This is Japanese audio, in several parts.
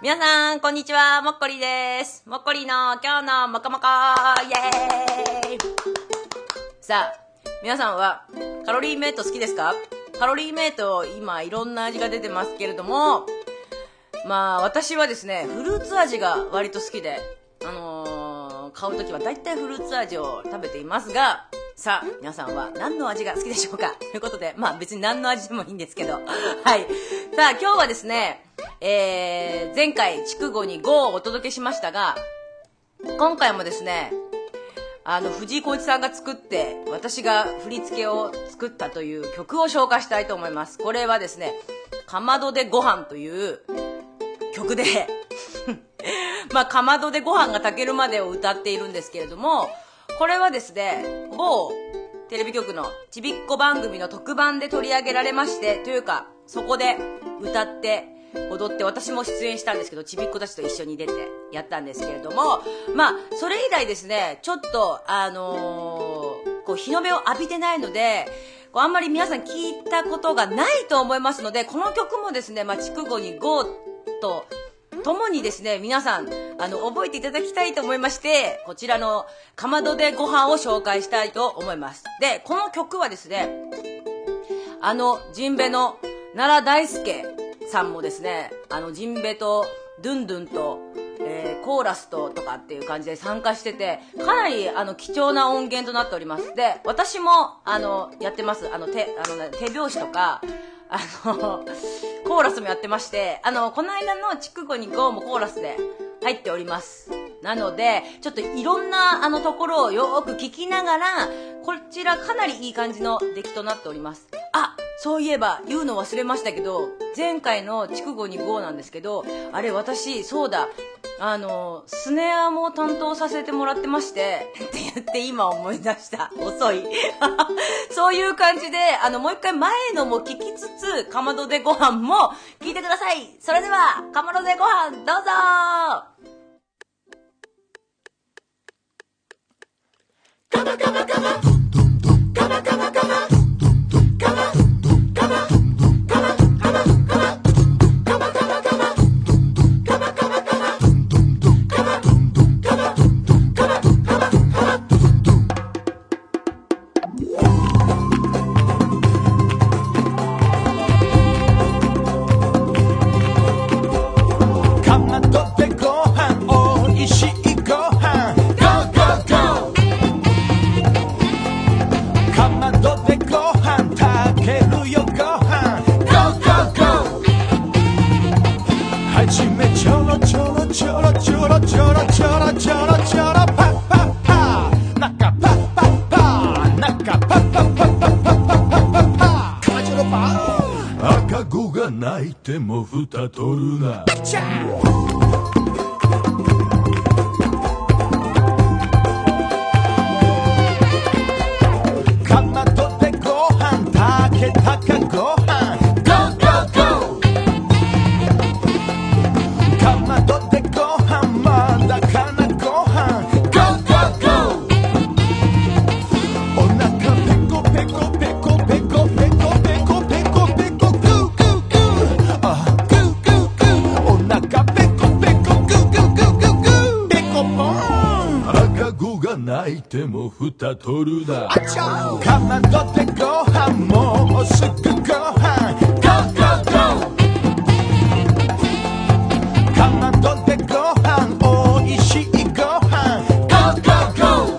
皆さん、こんにちは。もっこりです。もっこりの今日のもこもこイエーイ。さあ、皆さんはカロリーメイト好きですか？カロリーメイト、今いろんな味が出てますけれども、まあ私はですね、フルーツ味が割と好きで、買うときはだいたいフルーツ味を食べていますが、さあ、皆さんは何の味が好きでしょうか？ということで、まあ別に何の味でもいいんですけど。はい。さあ、今日はですね、前回、筑後に5をお届けしましたが、今回もですね、藤井浩一さんが作って、私が振り付けを作ったという曲を紹介したいと思います。これはですね、かまどでご飯という曲で、まあ、かまどでご飯が炊けるまでを歌っているんですけれども、これはですね、某テレビ局のちびっこ番組の特番で取り上げられまして、というか、そこで歌って踊って私も出演したんですけど、ちびっこたちと一緒に出てやったんですけれども、まあ、それ以来ですね、ちょっと、こう、日の目を浴びてないので、こうあんまり皆さん聞いたことがないと思いますので、この曲もですね、まあ、筑後に GO と、共にですね、皆さん、覚えていただきたいと思いまして、こちらのかまどでご飯を紹介したいと思います。で、この曲はですね、ジンベの奈良大輔さんもですね、ジンベとドゥンドゥンと、コーラスとかっていう感じで参加してて、かなり貴重な音源となっております。で、私もやってます。手拍子とか、コーラスもやってまして、この間の筑後に GO もコーラスで入っております。なので、ちょっといろんなところをよーく聞きながら、こちらかなりいい感じの出来となっております。あ、そういえば言うの忘れましたけど、前回の筑後に GO なんですけど、あれ私、そうだ、スネアも担当させてもらってまして、って言って今思い出した。遅い。そういう感じで、もう一回前のも聞きつつ、かまどでご飯も聞いてください。それでは、かまどでご飯、どうぞカマカマカマカマカマカマカマ泣いても蓋取るな。かまどでご飯炊けたかご飯 Go Go Go かまどでご飯まだかなご飯 Go Go Go お腹ペコペコペコペコペコペコペコペコグーグーグーあグーグーグーお腹ペコペコグーグーグーグーグーペコポン赤子が泣いても蓋取るな。あちゃかまどでご飯もうすぐご飯 Go Go Go かまどでご飯おいしいご飯 Go Go Go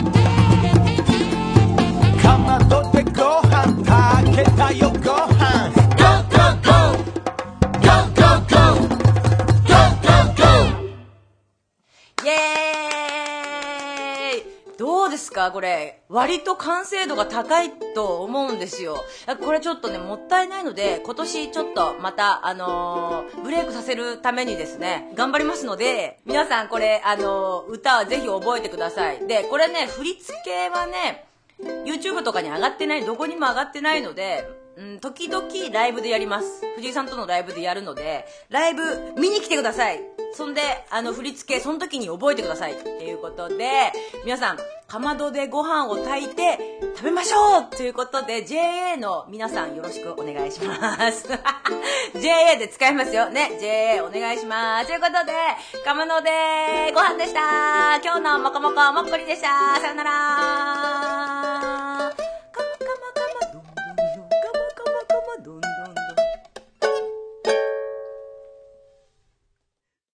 かまどでご飯炊けたよご飯 Go Go Go Go Go Go Go Go Go イエーイ。どうですかこれ。割と完成度が高いと思うんですよ。これちょっとね、もったいないので、今年ちょっとまた、ブレイクさせるためにですね、頑張りますので、皆さんこれ、歌はぜひ覚えてください。で、これね、振り付けはね、 YouTube とかに上がってない、どこにも上がってないので、時々ライブでやります。藤井さんとのライブでやるので、ライブ見に来てください。そんで、振り付け、その時に覚えてください。っていうことで、皆さん、かまどでご飯を炊いて食べましょうということで、JA の皆さんよろしくお願いします。JA で使いますよ。ね、JA お願いします。ということで、かまどでご飯でした。今日のもこもこもっこりでした。さよなら。